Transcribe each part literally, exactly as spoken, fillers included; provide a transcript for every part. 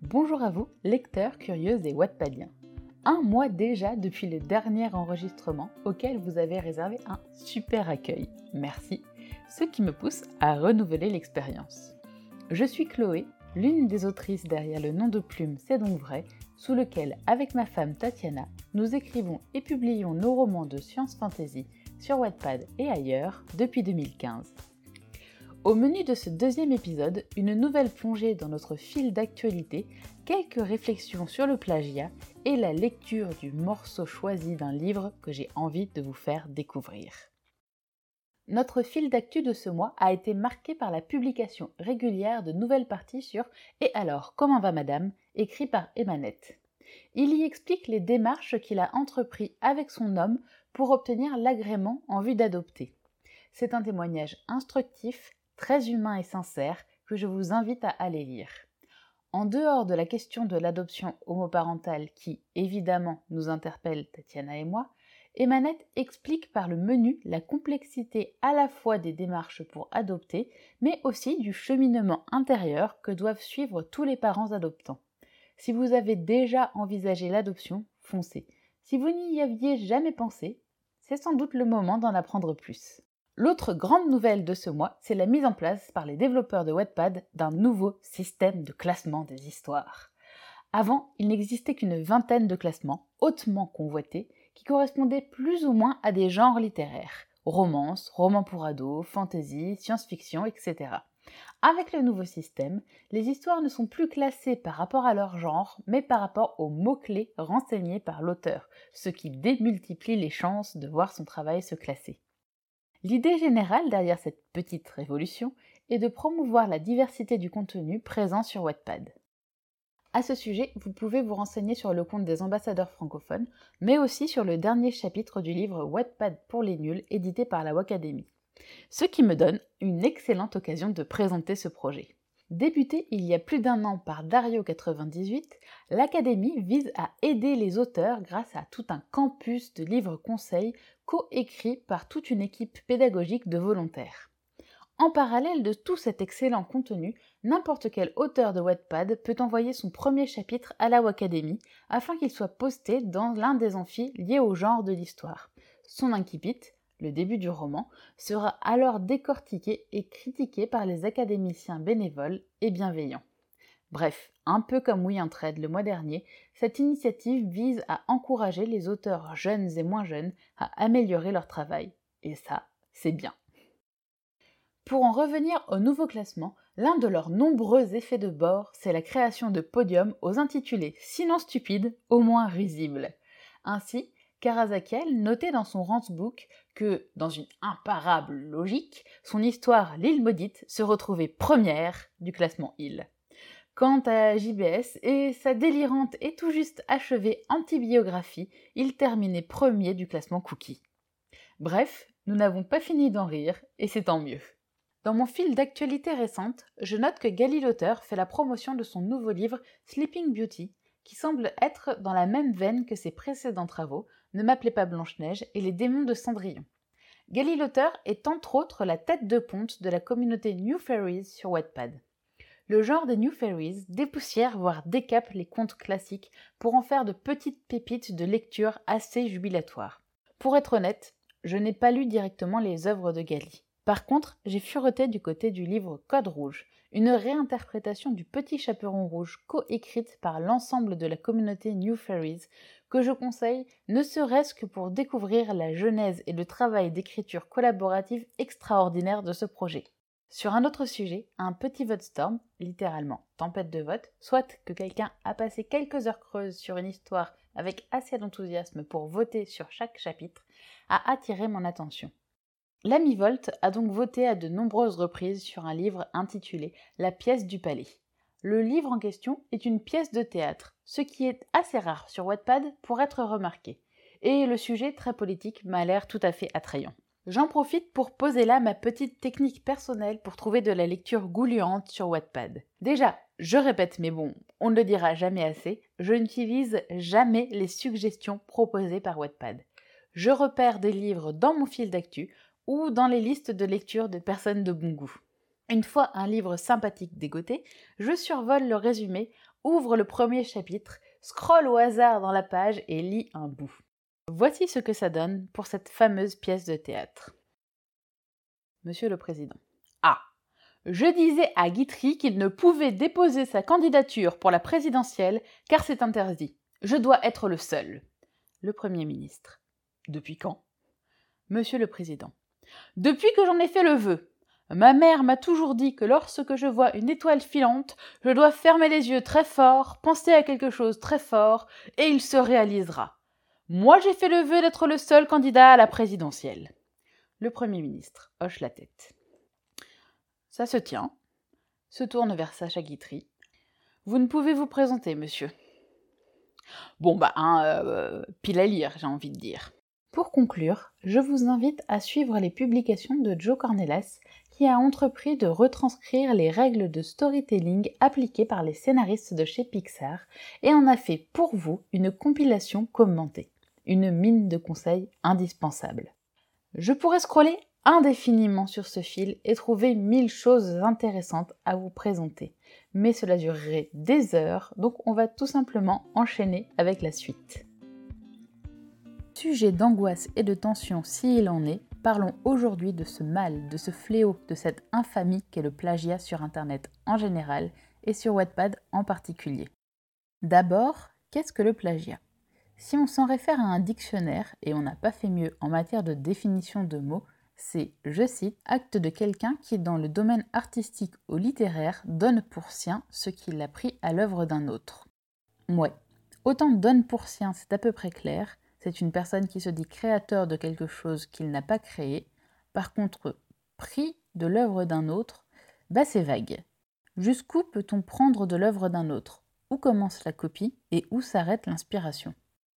Bonjour à vous, lecteurs, curieuses et wattpadiens. Un mois déjà depuis le dernier enregistrement auquel vous avez réservé un super accueil. Merci, ce qui me pousse à renouveler l'expérience. Je suis Chloé, l'une des autrices derrière le nom de plume C'est donc vrai, sous lequel, avec ma femme Tatiana, nous écrivons et publions nos romans de science-fantasy sur Wattpad et ailleurs depuis deux mille quinze. Au menu de ce deuxième épisode, une nouvelle plongée dans notre fil d'actualité, quelques réflexions sur le plagiat et la lecture du morceau choisi d'un livre que j'ai envie de vous faire découvrir. Notre fil d'actu de ce mois a été marqué par la publication régulière de nouvelles parties sur « Et alors, comment va madame ?», écrit par Emmanette. Il y explique les démarches qu'il a entreprises avec son homme pour obtenir l'agrément en vue d'adopter. C'est un témoignage instructif, très humain et sincère, que je vous invite à aller lire. En dehors de la question de l'adoption homoparentale qui, évidemment, nous interpelle Tatiana et moi, Emmanette explique par le menu la complexité à la fois des démarches pour adopter, mais aussi du cheminement intérieur que doivent suivre tous les parents adoptants. Si vous avez déjà envisagé l'adoption, foncez. Si vous n'y aviez jamais pensé, c'est sans doute le moment d'en apprendre plus. L'autre grande nouvelle de ce mois, c'est la mise en place par les développeurs de Wattpad d'un nouveau système de classement des histoires. Avant, il n'existait qu'une vingtaine de classements, hautement convoités, qui correspondaient plus ou moins à des genres littéraires, romance, roman pour ados, fantasy, science-fiction, et cetera. Avec le nouveau système, les histoires ne sont plus classées par rapport à leur genre, mais par rapport aux mots-clés renseignés par l'auteur, ce qui démultiplie les chances de voir son travail se classer. L'idée générale derrière cette petite révolution est de promouvoir la diversité du contenu présent sur Wattpad. À ce sujet, vous pouvez vous renseigner sur le compte des ambassadeurs francophones, mais aussi sur le dernier chapitre du livre Wattpad pour les nuls édité par la Wacadémie. Ce qui me donne une excellente occasion de présenter ce projet. Débutée il y a plus d'un an par Dario quatre-vingt-dix-huit, l'Académie vise à aider les auteurs grâce à tout un campus de livres-conseils co-écrits par toute une équipe pédagogique de volontaires. En parallèle de tout cet excellent contenu, n'importe quel auteur de Wattpad peut envoyer son premier chapitre à la Wacadémie afin qu'il soit posté dans l'un des amphis liés au genre de l'histoire. Son incipit, le début du roman, sera alors décortiqué et critiqué par les académiciens bénévoles et bienveillants. Bref, un peu comme We Entraide le mois dernier, cette initiative vise à encourager les auteurs jeunes et moins jeunes à améliorer leur travail. Et ça, c'est bien. Pour en revenir au nouveau classement, l'un de leurs nombreux effets de bord, c'est la création de podiums aux intitulés sinon stupides, au moins risibles. Ainsi, Karazakiel notait dans son Rantsbook que, dans une imparable logique, son histoire L'île maudite se retrouvait première du classement île. Quant à J B S et sa délirante et tout juste achevée antibiographie, il terminait premier du classement Cookie. Bref, nous n'avons pas fini d'en rire, et c'est tant mieux. Dans mon fil d'actualité récente, je note que Gali l'auteur fait la promotion de son nouveau livre Sleeping Beauty, qui semble être dans la même veine que ses précédents travaux, Ne m'appelez pas Blanche-Neige et Les démons de Cendrillon. Gali l'auteur est entre autres la tête de ponte de la communauté New Fairies sur Wattpad. Le genre des New Fairies dépoussière voire décape les contes classiques pour en faire de petites pépites de lecture assez jubilatoires. Pour être honnête, je n'ai pas lu directement les œuvres de Gali. Par contre, j'ai fureté du côté du livre Code Rouge, une réinterprétation du Petit Chaperon Rouge co-écrite par l'ensemble de la communauté New Fairies, que je conseille ne serait-ce que pour découvrir la genèse et le travail d'écriture collaborative extraordinaire de ce projet. Sur un autre sujet, un petit vote storm, littéralement tempête de vote, soit que quelqu'un a passé quelques heures creuses sur une histoire avec assez d'enthousiasme pour voter sur chaque chapitre, a attiré mon attention. L'ami Volt a donc voté à de nombreuses reprises sur un livre intitulé La pièce du palais. Le livre en question est une pièce de théâtre, ce qui est assez rare sur Wattpad pour être remarqué. Et le sujet très politique m'a l'air tout à fait attrayant. J'en profite pour poser là ma petite technique personnelle pour trouver de la lecture gouluante sur Wattpad. Déjà, je répète, mais bon, on ne le dira jamais assez, je n'utilise jamais les suggestions proposées par Wattpad. Je repère des livres dans mon fil d'actu ou dans les listes de lecture de personnes de bon goût. Une fois un livre sympathique dégoté, je survole le résumé ouvre le premier chapitre, scrolle au hasard dans la page et lit un bout. Voici ce que ça donne pour cette fameuse pièce de théâtre. Monsieur le Président. Ah, je disais à Guitry qu'il ne pouvait déposer sa candidature pour la présidentielle car c'est interdit. Je dois être le seul. Le Premier ministre. Depuis quand? Monsieur le Président. Depuis que j'en ai fait le vœu. Ma mère m'a toujours dit que lorsque je vois une étoile filante, je dois fermer les yeux très fort, penser à quelque chose très fort, et il se réalisera. Moi, j'ai fait le vœu d'être le seul candidat à la présidentielle. Le Premier ministre hoche la tête. Ça se tient. Se tourne vers Sacha Guitry. Vous ne pouvez vous présenter, monsieur. Bon, bah, hein, euh, pile à lire, j'ai envie de dire. Pour conclure, je vous invite à suivre les publications de Joe Cornelas, qui a entrepris de retranscrire les règles de storytelling appliquées par les scénaristes de chez Pixar et en a fait pour vous une compilation commentée, une mine de conseils indispensable. Je pourrais scroller indéfiniment sur ce fil et trouver mille choses intéressantes à vous présenter, mais cela durerait des heures, donc on va tout simplement enchaîner avec la suite. Sujet d'angoisse et de tension s'il en est, parlons aujourd'hui de ce mal, de ce fléau, de cette infamie qu'est le plagiat sur Internet en général et sur Wattpad en particulier. D'abord, qu'est-ce que le plagiat? Si on s'en réfère à un dictionnaire, et on n'a pas fait mieux en matière de définition de mots, c'est, je cite, « acte de quelqu'un qui, dans le domaine artistique ou littéraire, donne pour sien ce qu'il a pris à l'œuvre d'un autre ». Ouais, autant donne pour sien, c'est à peu près clair. C'est une personne qui se dit créateur de quelque chose qu'il n'a pas créé. Par contre, pris de l'œuvre d'un autre, bah c'est vague. Jusqu'où peut-on prendre de l'œuvre d'un autre? Où commence la copie et où s'arrête l'inspiration?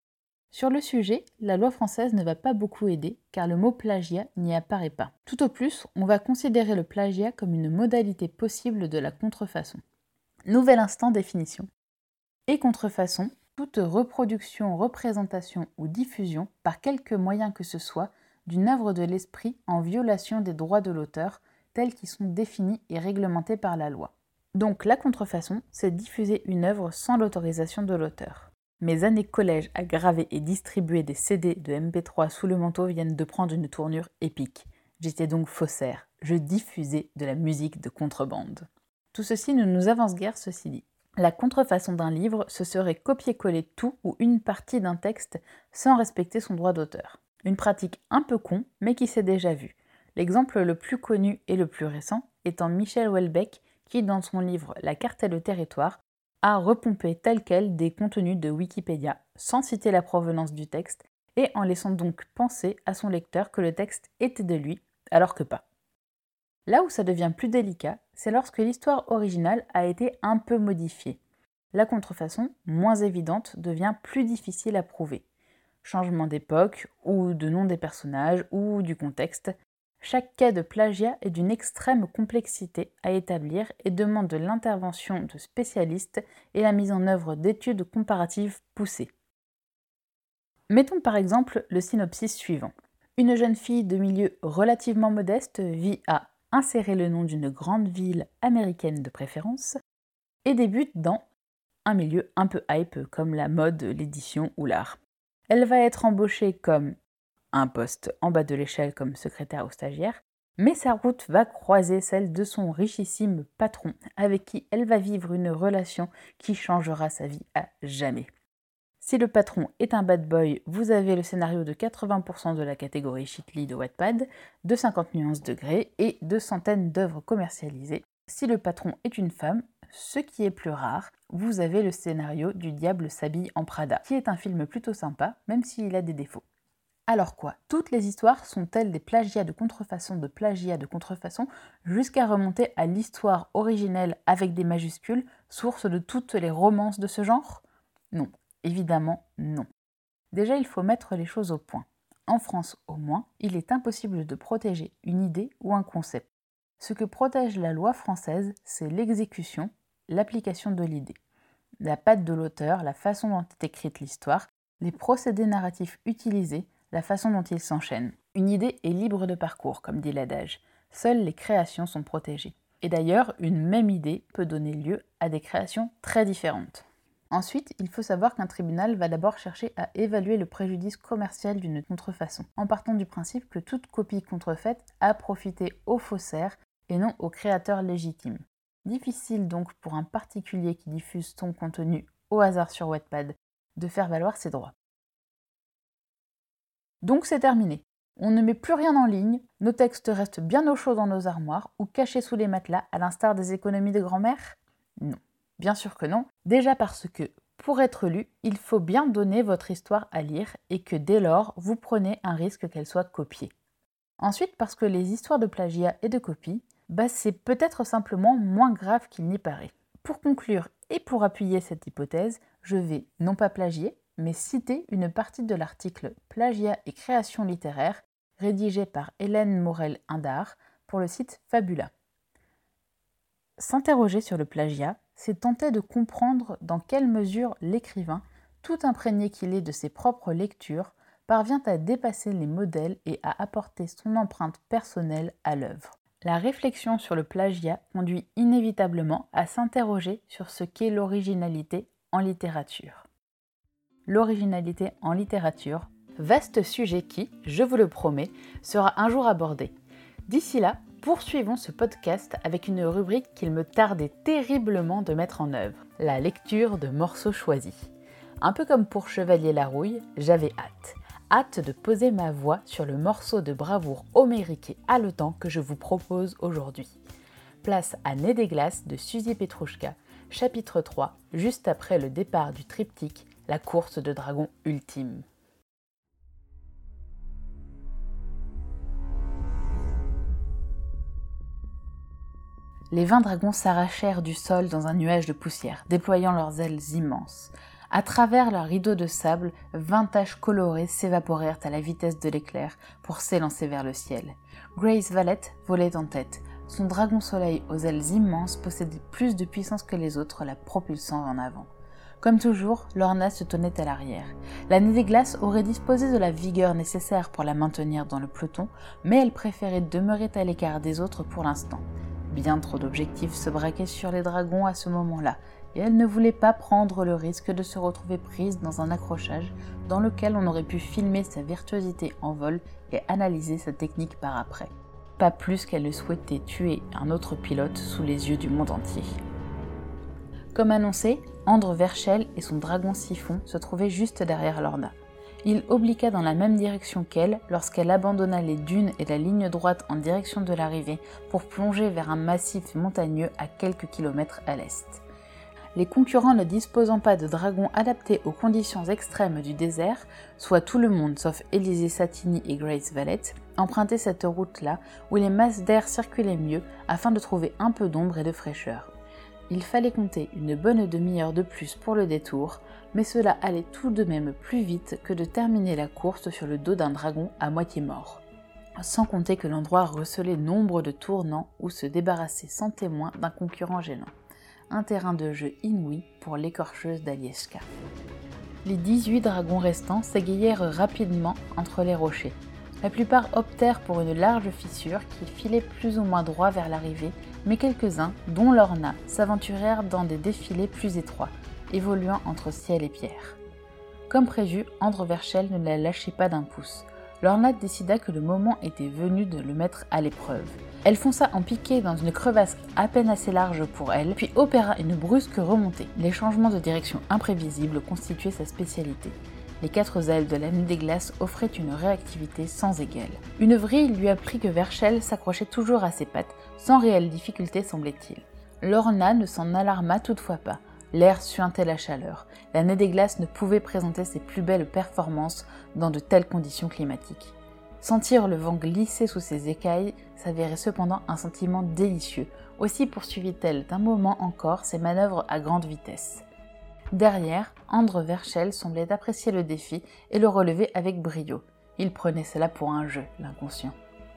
Sur le sujet, la loi française ne va pas beaucoup aider car le mot plagiat n'y apparaît pas. Tout au plus, on va considérer le plagiat comme une modalité possible de la contrefaçon. Nouvel instant définition. Et contrefaçon, toute reproduction, représentation ou diffusion, par quelque moyen que ce soit, d'une œuvre de l'esprit en violation des droits de l'auteur, tels qu'ils sont définis et réglementés par la loi. Donc la contrefaçon, c'est diffuser une œuvre sans l'autorisation de l'auteur. Mes années collège à graver et distribuer des C D de M P trois sous le manteau viennent de prendre une tournure épique. J'étais donc faussaire, je diffusais de la musique de contrebande. Tout ceci ne nous avance guère, ceci dit. La contrefaçon d'un livre, ce serait copier-coller tout ou une partie d'un texte sans respecter son droit d'auteur. Une pratique un peu con, mais qui s'est déjà vue. L'exemple le plus connu et le plus récent étant Michel Houellebecq, qui, dans son livre La carte et le territoire, a repompé tel quel des contenus de Wikipédia, sans citer la provenance du texte, et en laissant donc penser à son lecteur que le texte était de lui, alors que pas. Là où ça devient plus délicat, c'est lorsque l'histoire originale a été un peu modifiée. La contrefaçon, moins évidente, devient plus difficile à prouver. Changement d'époque, ou de nom des personnages, ou du contexte, chaque cas de plagiat est d'une extrême complexité à établir et demande de l'intervention de spécialistes et la mise en œuvre d'études comparatives poussées. Mettons par exemple le synopsis suivant. Une jeune fille de milieu relativement modeste vit à insérer le nom d'une grande ville américaine de préférence et débute dans un milieu un peu hype comme la mode, l'édition ou l'art. Elle va être embauchée comme un poste en bas de l'échelle comme secrétaire ou stagiaire, mais sa route va croiser celle de son richissime patron avec qui elle va vivre une relation qui changera sa vie à jamais. Si le patron est un bad boy, vous avez le scénario de quatre-vingts pour cent de la catégorie Chitli de Wattpad, de cinquante nuances degrés et de centaines d'œuvres commercialisées. Si le patron est une femme, ce qui est plus rare, vous avez le scénario du Diable s'habille en Prada, qui est un film plutôt sympa, même s'il a des défauts. Alors quoi? Toutes les histoires sont-elles des plagiats de contrefaçon de plagiat de contrefaçon jusqu'à remonter à l'histoire originelle avec des majuscules, source de toutes les romances de ce genre? Non. Évidemment, non. Déjà, il faut mettre les choses au point. En France, au moins, il est impossible de protéger une idée ou un concept. Ce que protège la loi française, c'est l'exécution, l'application de l'idée. La patte de l'auteur, la façon dont est écrite l'histoire, les procédés narratifs utilisés, la façon dont ils s'enchaînent. Une idée est libre de parcours, comme dit l'adage. Seules les créations sont protégées. Et d'ailleurs, une même idée peut donner lieu à des créations très différentes. Ensuite, il faut savoir qu'un tribunal va d'abord chercher à évaluer le préjudice commercial d'une contrefaçon, en partant du principe que toute copie contrefaite a profité au faussaire et non au créateur légitime. Difficile donc pour un particulier qui diffuse son contenu au hasard sur Wattpad de faire valoir ses droits. Donc c'est terminé. On ne met plus rien en ligne, nos textes restent bien au chaud dans nos armoires ou cachés sous les matelas à l'instar des économies de grand-mère ? Non, bien sûr que non. Déjà parce que, pour être lu, il faut bien donner votre histoire à lire et que dès lors, vous prenez un risque qu'elle soit copiée. Ensuite parce que les histoires de plagiat et de copie, bah c'est peut-être simplement moins grave qu'il n'y paraît. Pour conclure et pour appuyer cette hypothèse, je vais non pas plagier, mais citer une partie de l'article « Plagiat et création littéraire » rédigé par Hélène Morel-Indard pour le site Fabula. S'interroger sur le plagiat, c'est tenter de comprendre dans quelle mesure l'écrivain, tout imprégné qu'il est de ses propres lectures, parvient à dépasser les modèles et à apporter son empreinte personnelle à l'œuvre. La réflexion sur le plagiat conduit inévitablement à s'interroger sur ce qu'est l'originalité en littérature. L'originalité en littérature, vaste sujet qui, je vous le promets, sera un jour abordé. D'ici là, poursuivons ce podcast avec une rubrique qu'il me tardait terriblement de mettre en œuvre, la lecture de morceaux choisis. Un peu comme pour Chevalier Larouille, j'avais hâte. Hâte de poser ma voix sur le morceau de bravoure homérique et haletant que je vous propose aujourd'hui. Place à Nez des glaces de Suzy Petrouchka, chapitre trois, juste après le départ du triptyque, la course de dragon ultime. Les vingt dragons s'arrachèrent du sol dans un nuage de poussière, déployant leurs ailes immenses. À travers leurs rideaux de sable, vingt taches colorées s'évaporèrent à la vitesse de l'éclair pour s'élancer vers le ciel. Grace Valette volait en tête. Son dragon soleil aux ailes immenses possédait plus de puissance que les autres, la propulsant en avant. Comme toujours, Lorna se tenait à l'arrière. La Nez des glaces aurait disposé de la vigueur nécessaire pour la maintenir dans le peloton, mais elle préférait demeurer à l'écart des autres pour l'instant. Bien trop d'objectifs se braquaient sur les dragons à ce moment-là, et elle ne voulait pas prendre le risque de se retrouver prise dans un accrochage dans lequel on aurait pu filmer sa virtuosité en vol et analyser sa technique par après. Pas plus qu'elle ne souhaitait tuer un autre pilote sous les yeux du monde entier. Comme annoncé, Andre Verchel et son dragon siphon se trouvaient juste derrière Lorna. Il obliqua dans la même direction qu'elle lorsqu'elle abandonna les dunes et la ligne droite en direction de l'arrivée pour plonger vers un massif montagneux à quelques kilomètres à l'est. Les concurrents ne disposant pas de dragons adaptés aux conditions extrêmes du désert, soit tout le monde sauf Élisée Satini et Grace Valette, empruntaient cette route-là où les masses d'air circulaient mieux afin de trouver un peu d'ombre et de fraîcheur. Il fallait compter une bonne demi-heure de plus pour le détour, mais cela allait tout de même plus vite que de terminer la course sur le dos d'un dragon à moitié mort. Sans compter que l'endroit recelait nombre de tournants où se débarrasser sans témoin d'un concurrent gênant. Un terrain de jeu inouï pour l'écorcheuse d'Alieshka. Les dix-huit dragons restants s'égayèrent rapidement entre les rochers. La plupart optèrent pour une large fissure qui filait plus ou moins droit vers l'arrivée, mais quelques-uns, dont Lorna, s'aventurèrent dans des défilés plus étroits, évoluant entre ciel et pierre. Comme prévu, Andre Verchel ne la lâchait pas d'un pouce. Lorna décida que le moment était venu de le mettre à l'épreuve. Elle fonça en piqué dans une crevasse à peine assez large pour elle, puis opéra une brusque remontée. Les changements de direction imprévisibles constituaient sa spécialité. Les quatre ailes de la Nez des glaces offraient une réactivité sans égale. Une vrille lui apprit que Verchel s'accrochait toujours à ses pattes, sans réelle difficulté semblait-il. Lorna ne s'en alarma toutefois pas. L'air suintait la chaleur. La Nez des glaces ne pouvait présenter ses plus belles performances dans de telles conditions climatiques. Sentir le vent glisser sous ses écailles s'avérait cependant un sentiment délicieux. Aussi poursuivit-elle d'un moment encore ses manœuvres à grande vitesse. Derrière, Andre Verchel semblait apprécier le défi et le relever avec brio. Il prenait cela pour un jeu, l'inconscient.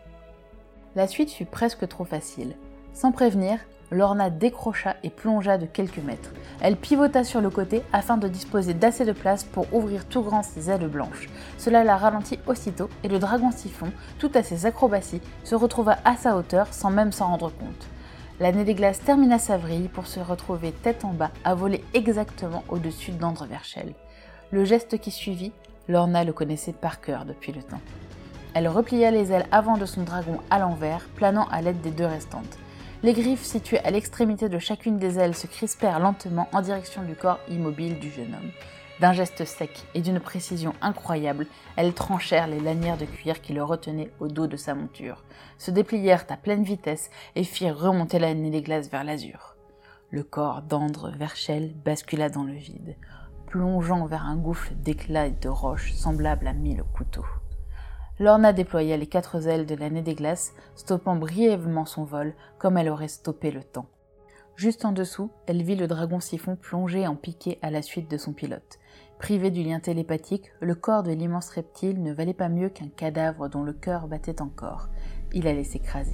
La suite fut presque trop facile. Sans prévenir, Lorna décrocha et plongea de quelques mètres. Elle pivota sur le côté afin de disposer d'assez de place pour ouvrir tout grand ses ailes blanches. Cela la ralentit aussitôt et le dragon siphon, tout à ses acrobaties, se retrouva à sa hauteur sans même s'en rendre compte. La Nez des Glaces termina sa vrille pour se retrouver tête en bas à voler exactement au-dessus d'Andreverchel. Le geste qui suivit, Lorna le connaissait par cœur depuis le temps. Elle replia les ailes avant de son dragon à l'envers, planant à l'aide des deux restantes. Les griffes situées à l'extrémité de chacune des ailes se crispèrent lentement en direction du corps immobile du jeune homme. D'un geste sec et d'une précision incroyable, elles tranchèrent les lanières de cuir qui le retenaient au dos de sa monture, se déplièrent à pleine vitesse et firent remonter la Nez des Glaces vers l'azur. Le corps d'Andreverchel bascula dans le vide, plongeant vers un gouffre d'éclats et de roches semblables à mille couteaux. Lorna déploya les quatre ailes de la Nez des Glaces, stoppant brièvement son vol, comme elle aurait stoppé le temps. Juste en dessous, elle vit le dragon siphon plonger en piqué à la suite de son pilote. Privé du lien télépathique, le corps de l'immense reptile ne valait pas mieux qu'un cadavre dont le cœur battait encore. Il allait s'écraser.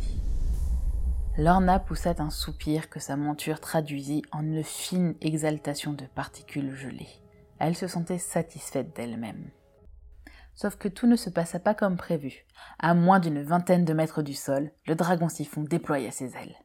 Lorna poussa un soupir que sa monture traduisit en une fine exaltation de particules gelées. Elle se sentait satisfaite d'elle-même. Sauf que tout ne se passa pas comme prévu. À moins d'une vingtaine de mètres du sol, le dragon siphon déploya ses ailes.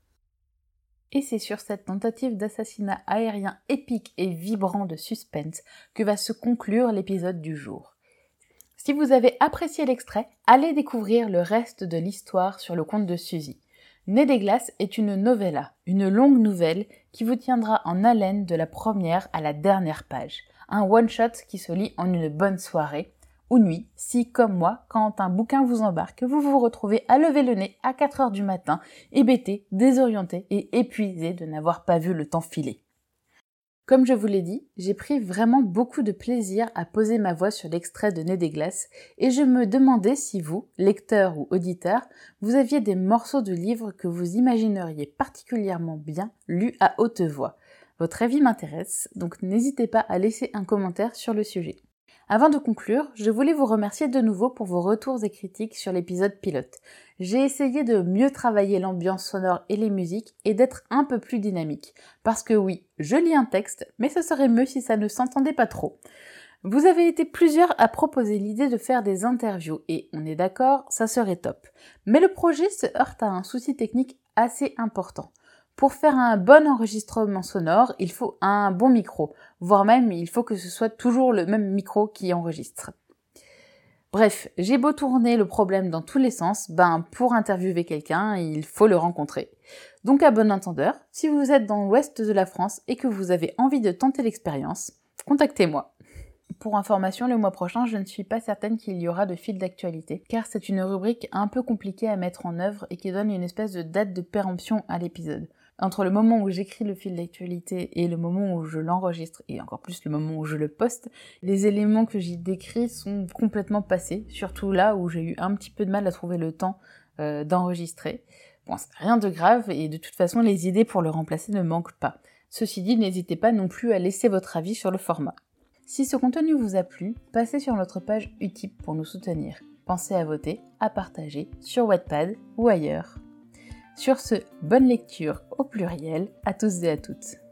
Et c'est sur cette tentative d'assassinat aérien épique et vibrant de suspense que va se conclure l'épisode du jour. Si vous avez apprécié l'extrait, allez découvrir le reste de l'histoire sur le compte de Suzy. Nez des Glaces est une novella, une longue nouvelle qui vous tiendra en haleine de la première à la dernière page. Un one-shot qui se lit en une bonne soirée, ou nuit, si, comme moi, quand un bouquin vous embarque, vous vous retrouvez à lever le nez à quatre heures du matin, hébété, désorienté et épuisé de n'avoir pas vu le temps filer. Comme je vous l'ai dit, j'ai pris vraiment beaucoup de plaisir à poser ma voix sur l'extrait de Nez des Glaces et je me demandais si vous, lecteur ou auditeur, vous aviez des morceaux de livres que vous imagineriez particulièrement bien lus à haute voix. Votre avis m'intéresse, donc n'hésitez pas à laisser un commentaire sur le sujet. Avant de conclure, je voulais vous remercier de nouveau pour vos retours et critiques sur l'épisode pilote. J'ai essayé de mieux travailler l'ambiance sonore et les musiques et d'être un peu plus dynamique. Parce que oui, je lis un texte, mais ce serait mieux si ça ne s'entendait pas trop. Vous avez été plusieurs à proposer l'idée de faire des interviews et on est d'accord, ça serait top. Mais le projet se heurte à un souci technique assez important. Pour faire un bon enregistrement sonore, il faut un bon micro, voire même il faut que ce soit toujours le même micro qui enregistre. Bref, j'ai beau tourner le problème dans tous les sens, ben pour interviewer quelqu'un, il faut le rencontrer. Donc à bon entendeur, si vous êtes dans l'ouest de la France et que vous avez envie de tenter l'expérience, contactez-moi. Pour information, le mois prochain, je ne suis pas certaine qu'il y aura de fil d'actualité, car c'est une rubrique un peu compliquée à mettre en œuvre et qui donne une espèce de date de péremption à l'épisode. Entre le moment où j'écris le fil d'actualité et le moment où je l'enregistre, et encore plus le moment où je le poste, les éléments que j'y décris sont complètement passés, surtout là où j'ai eu un petit peu de mal à trouver le temps euh, d'enregistrer. Bon, c'est rien de grave, et de toute façon, les idées pour le remplacer ne manquent pas. Ceci dit, n'hésitez pas non plus à laisser votre avis sur le format. Si ce contenu vous a plu, passez sur notre page Utip pour nous soutenir. Pensez à voter, à partager sur Wattpad ou ailleurs. Sur ce, bonne lecture au pluriel à tous et à toutes.